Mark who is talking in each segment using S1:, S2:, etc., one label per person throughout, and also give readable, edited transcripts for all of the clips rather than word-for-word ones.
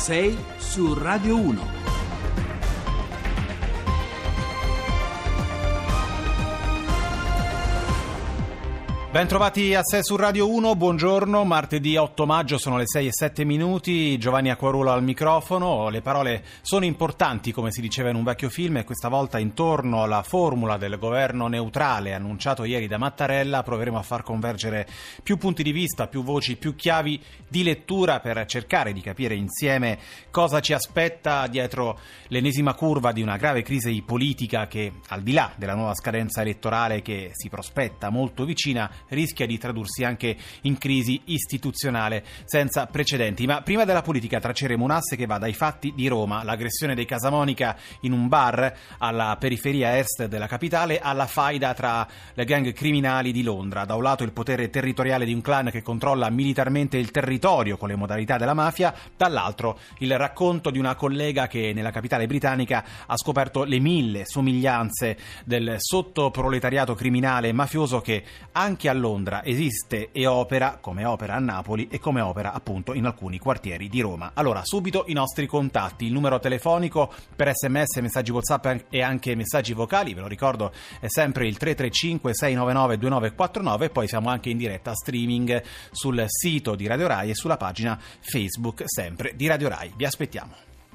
S1: 6 su Radio 1.
S2: Bentrovati a 6 su Radio 1, buongiorno, martedì 8 maggio, sono le 6:07, Giovanni Acquarulo al microfono. Le parole sono importanti, come si diceva in un vecchio film, e questa volta intorno alla formula del governo neutrale annunciato ieri da Mattarella proveremo a far convergere più punti di vista, più voci, più chiavi di lettura per cercare di capire insieme cosa ci aspetta dietro l'ennesima curva di una grave crisi politica che, al di là della nuova scadenza elettorale che si prospetta molto vicina, rischia di tradursi anche in crisi istituzionale senza precedenti. Ma prima della politica tracceremo un asse che va dai fatti di Roma, l'aggressione dei Casamonica in un bar alla periferia est della capitale, alla faida tra le gang criminali di Londra. Da un lato il potere territoriale di un clan che controlla militarmente il territorio con le modalità della mafia, dall'altro il racconto di una collega che nella capitale britannica ha scoperto le 1000 somiglianze del sottoproletariato criminale e mafioso che anche a Londra esiste e opera, come opera a Napoli e come opera appunto in alcuni quartieri di Roma. Allora, subito i nostri contatti, il numero telefonico per sms, messaggi WhatsApp e anche messaggi vocali, ve lo ricordo, è sempre il 335 699 2949, poi siamo anche in diretta streaming sul sito di Radio Rai e sulla pagina Facebook sempre di Radio Rai. Vi aspettiamo.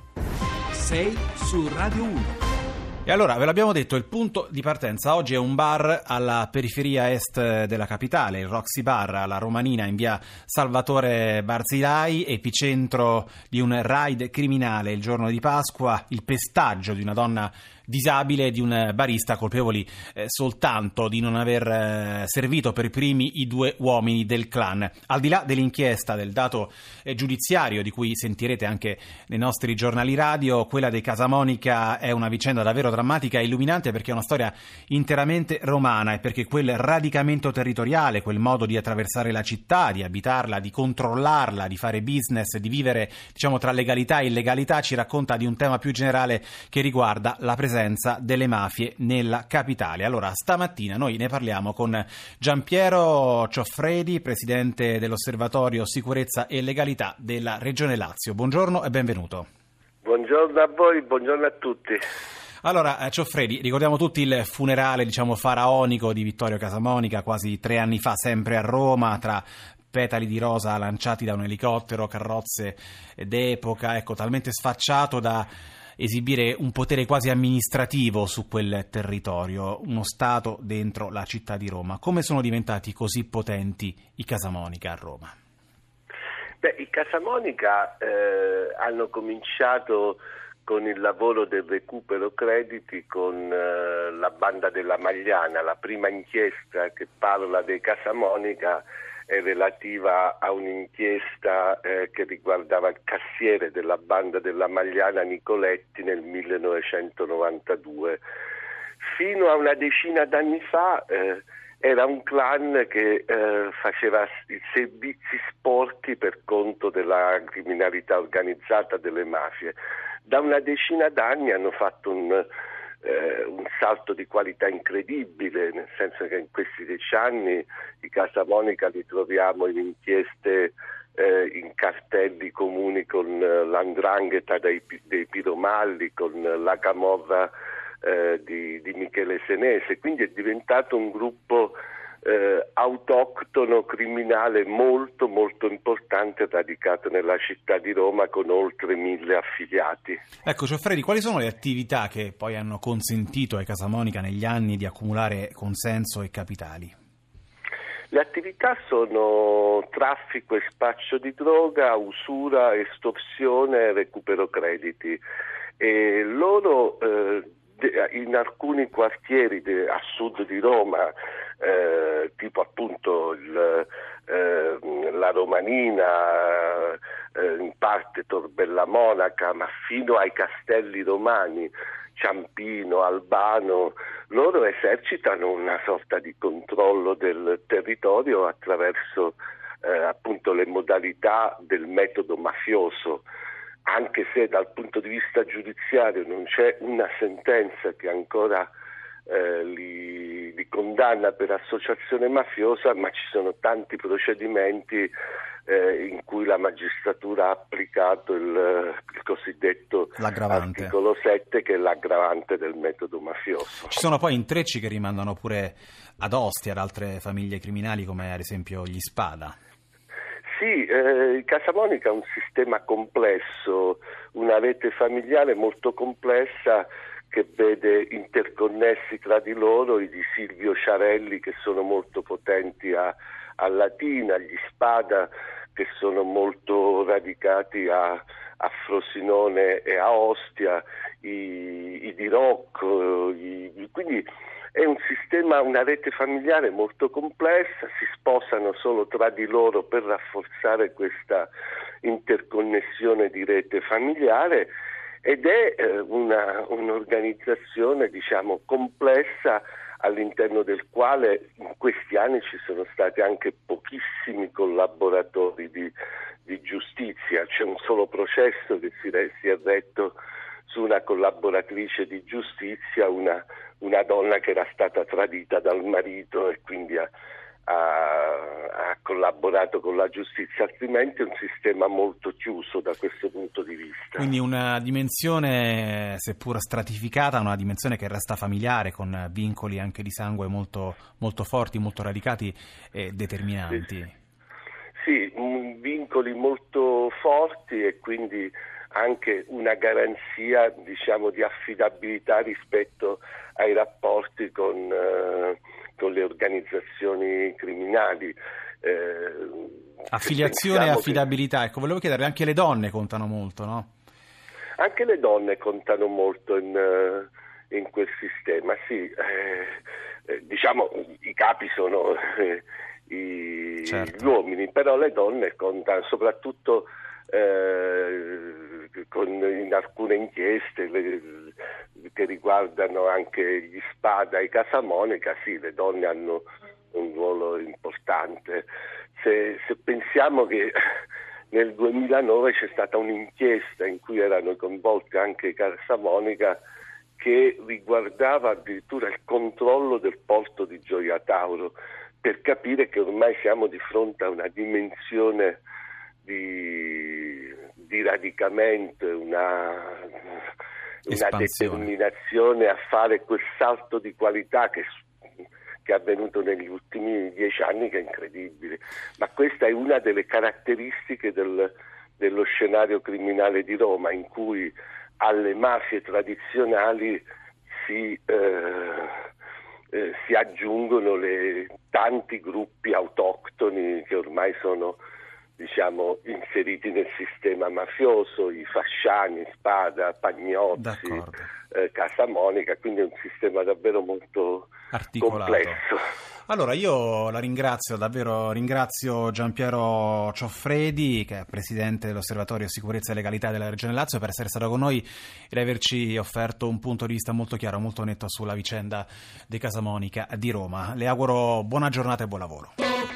S1: 6 su Radio 1.
S2: E allora, ve l'abbiamo detto, il punto di partenza oggi è un bar alla periferia est della capitale, il Roxy Bar alla Romanina in via Salvatore Barzilai, epicentro di un raid criminale il giorno di Pasqua, il pestaggio di una donna disabile e di un barista colpevoli soltanto di non aver servito per primi i 2 uomini del clan. Al di là dell'inchiesta, del dato giudiziario di cui sentirete anche nei nostri giornali radio, quella dei Casamonica è una vicenda davvero drammatica e illuminante, perché è una storia interamente romana e perché quel radicamento territoriale, quel modo di attraversare la città, di abitarla, di controllarla, di fare business, di vivere diciamo tra legalità e illegalità, ci racconta di un tema più generale che riguarda la presenza delle mafie nella capitale. Allora, stamattina noi ne parliamo con Giampiero Cioffredi, presidente dell'Osservatorio Sicurezza e Legalità della Regione Lazio. Buongiorno e benvenuto.
S3: Buongiorno a voi, buongiorno a tutti.
S2: Allora, Cioffredi, ricordiamo tutti il funerale, diciamo, faraonico di Vittorio Casamonica quasi 3 anni fa, sempre a Roma, tra petali di rosa lanciati da un elicottero, carrozze d'epoca, ecco, talmente sfacciato da esibire un potere quasi amministrativo su quel territorio, uno Stato dentro la città di Roma. Come sono diventati così potenti i Casamonica a Roma?
S3: I Casamonica hanno cominciato con il lavoro del recupero crediti con la banda della Magliana. La prima inchiesta che parla dei Casamonica è relativa a un'inchiesta che riguardava il cassiere della banda della Magliana Nicoletti nel 1992. Fino a una decina d'anni fa era un clan che faceva i servizi sporchi per conto della criminalità organizzata, delle mafie. Da una decina d'anni hanno fatto un salto di qualità incredibile, nel senso che in questi 10 anni i Casamonica li troviamo in inchieste in cartelli comuni con l''ndrangheta dei Piromalli, con la camorra di Michele Senese, quindi è diventato un gruppo autoctono criminale molto molto importante, radicato nella città di Roma con oltre 1000 affiliati.
S2: Ecco, Cioffredi, quali sono le attività che poi hanno consentito ai Casamonica negli anni di accumulare consenso e capitali?
S3: Le attività sono traffico e spaccio di droga, usura, estorsione, recupero crediti, e loro in alcuni quartieri a sud di Roma, tipo appunto la Romanina, in parte Tor Bella Monaca, ma fino ai Castelli Romani, Ciampino, Albano, loro esercitano una sorta di controllo del territorio attraverso appunto le modalità del metodo mafioso, anche se dal punto di vista giudiziario non c'è una sentenza che ancora li condanna per associazione mafiosa, ma ci sono tanti procedimenti in cui la magistratura ha applicato il cosiddetto articolo 7, che è l'aggravante del metodo mafioso.
S2: Ci sono poi intrecci che rimandano pure ad Ostia, ad altre famiglie criminali come ad esempio gli Spada.
S3: Sì, Casa Monica è un sistema complesso, una rete familiare molto complessa che vede interconnessi tra di loro i di Silvio Ciarelli, che sono molto potenti a Latina, gli Spada che sono molto radicati a Frosinone e a Ostia, i di Rocco, quindi è un sistema, una rete familiare molto complessa, si sposano solo tra di loro per rafforzare questa interconnessione di rete familiare, ed è un'organizzazione, diciamo, complessa, all'interno del quale in questi anni ci sono stati anche pochissimi collaboratori di giustizia. C'è un solo processo che si è retto su una collaboratrice di giustizia, una donna che era stata tradita dal marito e quindi ha collaborato con la giustizia, altrimenti è un sistema molto chiuso da questo punto di vista.
S2: Quindi una dimensione, seppur stratificata, una dimensione che resta familiare, con vincoli anche di sangue molto, molto forti, molto radicati e determinanti.
S3: Sì, vincoli molto forti e quindi anche una garanzia, diciamo, di affidabilità rispetto ai rapporti con le organizzazioni criminali.
S2: Affiliazione e affidabilità, ecco, volevo chiedere, anche le donne contano molto, no?
S3: Anche le donne contano molto in quel sistema, sì. Diciamo, i capi sono
S2: certo,
S3: gli uomini, però le donne contano, soprattutto in alcune inchieste che riguardano anche gli Spada e Casa Monica, sì, le donne hanno un ruolo importante. Se pensiamo che nel 2009 c'è stata un'inchiesta in cui erano coinvolte anche Casa Monica, che riguardava addirittura il controllo del porto di Gioia Tauro, per capire che ormai siamo di fronte a una dimensione di radicamento, una determinazione a fare quel salto di qualità che è avvenuto negli ultimi 10 anni, che è incredibile. Ma questa è una delle caratteristiche dello scenario criminale di Roma, in cui alle mafie tradizionali si aggiungono tanti gruppi autoctoni che ormai sono, diciamo, inseriti nel sistema mafioso, i Fasciani, Spada, Pagnozzi, Casa Monica, quindi è un sistema davvero molto
S2: articolato,
S3: complesso.
S2: Allora io la ringrazio, davvero ringrazio Giampiero Cioffredi, che è presidente dell'Osservatorio Sicurezza e Legalità della Regione Lazio, per essere stato con noi ed averci offerto un punto di vista molto chiaro, molto netto sulla vicenda di Casa Monica di Roma. Le auguro buona giornata e buon lavoro.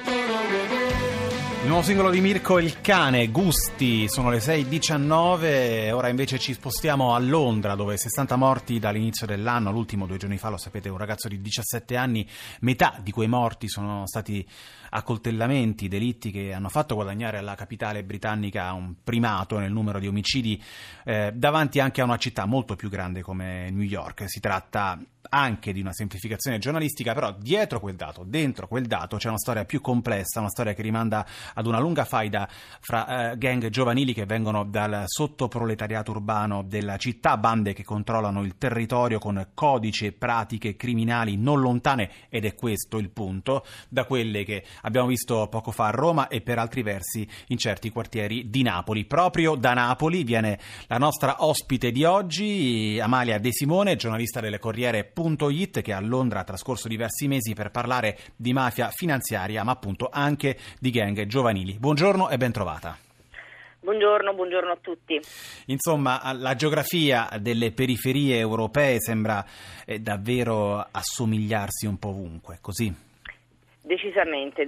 S2: Il nuovo singolo di Mirko Il Cane, Gusti, sono le 6:19, ora invece ci spostiamo a Londra, dove 60 morti dall'inizio dell'anno, l'ultimo 2 giorni fa, lo sapete, un ragazzo di 17 anni, metà di quei morti sono stati accoltellamenti, delitti che hanno fatto guadagnare alla capitale britannica un primato nel numero di omicidi, davanti anche a una città molto più grande come New York. Si tratta anche di una semplificazione giornalistica, però dietro quel dato, dentro quel dato c'è una storia più complessa, una storia che rimanda ad una lunga faida fra gang giovanili che vengono dal sottoproletariato urbano della città, bande che controllano il territorio con codici e pratiche criminali non lontane, ed è questo il punto, da quelle che abbiamo visto poco fa a Roma e per altri versi in certi quartieri di Napoli. Proprio da Napoli viene la nostra ospite di oggi, Amalia De Simone, giornalista del Corriere.it, che a Londra ha trascorso diversi mesi per parlare di mafia finanziaria, ma appunto anche di gang giovanili. Buongiorno e ben trovata.
S4: Buongiorno a tutti.
S2: Insomma, la geografia delle periferie europee sembra davvero assomigliarsi un po' ovunque, così?
S4: Decisamente.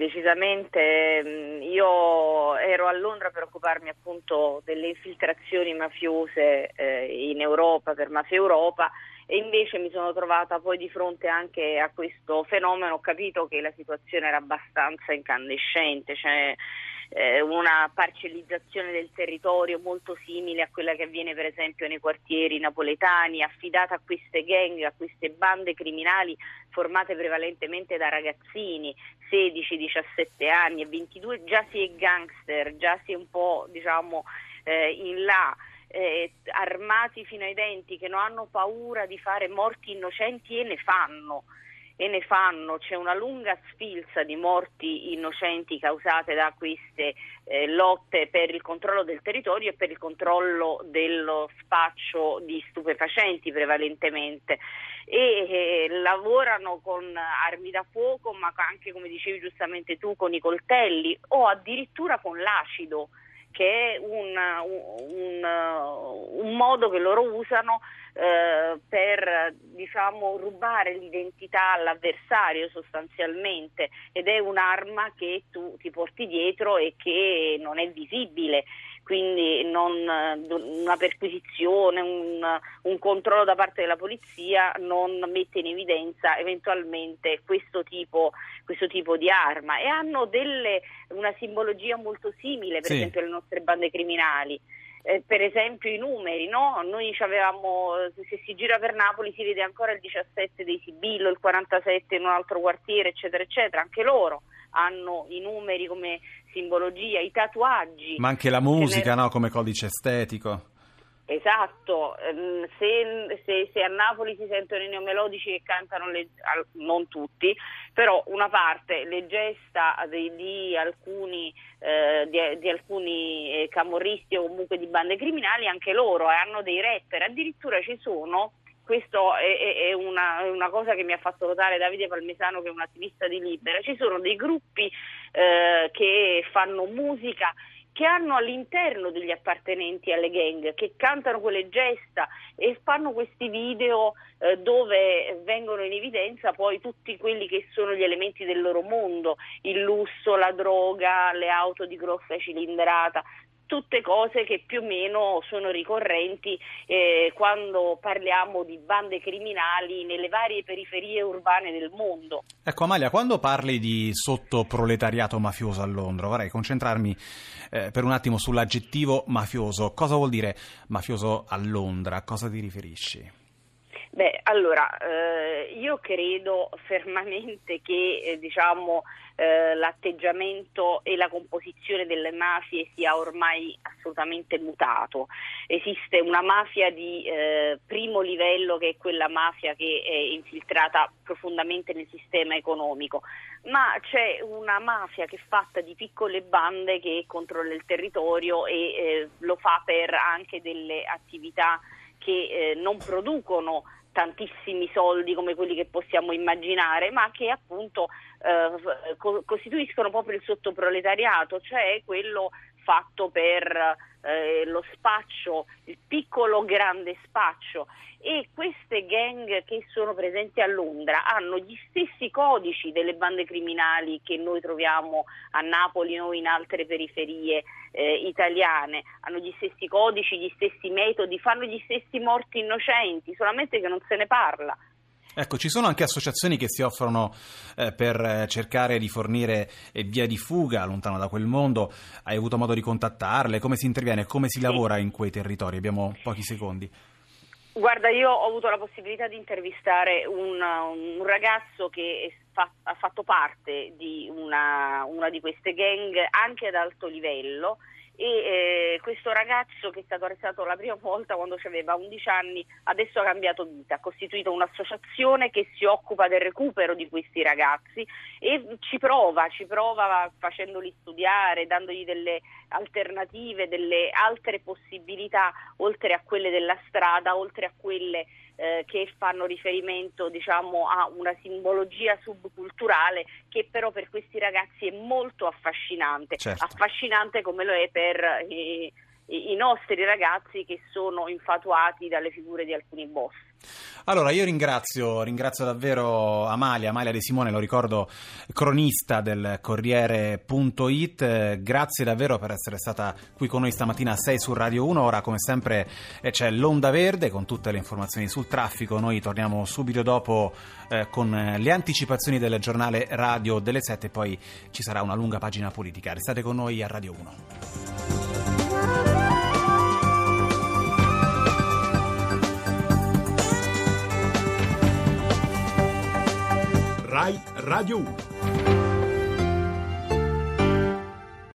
S4: Io ero a Londra per occuparmi appunto delle infiltrazioni mafiose in Europa, per Mafia Europa, e invece mi sono trovata poi di fronte anche a questo fenomeno. Ho capito che la situazione era abbastanza incandescente, una parcellizzazione del territorio molto simile a quella che avviene per esempio nei quartieri napoletani, affidata a queste gang, a queste bande criminali formate prevalentemente da ragazzini, 16, 17 anni e 22, già si è gangster, già si è un po' in là, armati fino ai denti, che non hanno paura di fare morti innocenti e ne fanno. C'è una lunga sfilza di morti innocenti causate da queste lotte per il controllo del territorio e per il controllo dello spaccio di stupefacenti prevalentemente, e lavorano con armi da fuoco, ma anche, come dicevi giustamente tu, con i coltelli o addirittura con l'acido, che è un modo che loro usano per rubare l'identità all'avversario sostanzialmente, ed è un'arma che tu ti porti dietro e che non è visibile, quindi una perquisizione, un controllo da parte della polizia non mette in evidenza eventualmente questo tipo di arma, e hanno una simbologia molto simile, per esempio alle nostre bande criminali. Per esempio i numeri, no? Noi avevamo, se si gira per Napoli si vede ancora il 17 dei Sibillo, il 47 in un altro quartiere, eccetera eccetera. Anche loro hanno i numeri come simbologia, i tatuaggi,
S2: ma anche la musica, no? Come codice estetico.
S4: Esatto, se a Napoli si sentono i neomelodici che cantano, non tutti, però una parte, le gesta di alcuni camorristi o comunque di bande criminali, anche loro hanno dei rapper, addirittura ci sono. Questo è una cosa che mi ha fatto notare Davide Palmisano, che è un attivista di Libera. Ci sono dei gruppi che fanno musica, che hanno all'interno degli appartenenti alle gang, che cantano quelle gesta e fanno questi video dove vengono in evidenza poi tutti quelli che sono gli elementi del loro mondo, il lusso, la droga, le auto di grossa cilindrata. Tutte cose che più o meno sono ricorrenti quando parliamo di bande criminali nelle varie periferie urbane del mondo.
S2: Ecco Amalia, quando parli di sottoproletariato mafioso a Londra, vorrei concentrarmi per un attimo sull'aggettivo mafioso. Cosa vuol dire mafioso a Londra? A cosa ti riferisci?
S4: Beh, allora, io credo fermamente che l'atteggiamento e la composizione delle mafie sia ormai assolutamente mutato. Esiste una mafia di primo livello, che è quella mafia che è infiltrata profondamente nel sistema economico, ma c'è una mafia che è fatta di piccole bande che controlla il territorio e lo fa per anche delle attività che non producono tantissimi soldi come quelli che possiamo immaginare, ma che appunto costituiscono proprio il sottoproletariato, cioè quello fatto per lo spaccio, il piccolo grande spaccio. E queste gang che sono presenti a Londra hanno gli stessi codici delle bande criminali che noi troviamo a Napoli o in altre periferie italiane, hanno gli stessi codici, gli stessi metodi, fanno gli stessi morti innocenti, solamente che non se ne parla.
S2: Ecco, ci sono anche associazioni che si offrono per cercare di fornire via di fuga lontano da quel mondo. Hai avuto modo di contattarle? Come si interviene? Come si lavora in quei territori? Abbiamo pochi secondi.
S4: Guarda, io ho avuto la possibilità di intervistare un ragazzo che ha fatto parte di una di queste gang anche ad alto livello, e questo ragazzo, che è stato arrestato la prima volta quando aveva 11 anni, adesso ha cambiato vita, ha costituito un'associazione che si occupa del recupero di questi ragazzi e ci prova facendoli studiare, dandogli delle alternative, delle altre possibilità oltre a quelle della strada, oltre a quelle che fanno riferimento a una simbologia subculturale che però per questi ragazzi è molto affascinante,
S2: certo.
S4: Affascinante come lo è per i nostri ragazzi che sono infatuati dalle figure di alcuni boss.
S2: Allora, io ringrazio davvero Amalia De Simone, lo ricordo, cronista del Corriere.it. Grazie davvero per essere stata qui con noi stamattina a 6 su Radio 1. Ora, come sempre, c'è l'Onda Verde con tutte le informazioni sul traffico. Noi torniamo subito dopo con le anticipazioni del giornale radio delle 7, poi ci sarà una lunga pagina politica. Restate con noi a Radio 1.
S1: Rai Radio 1.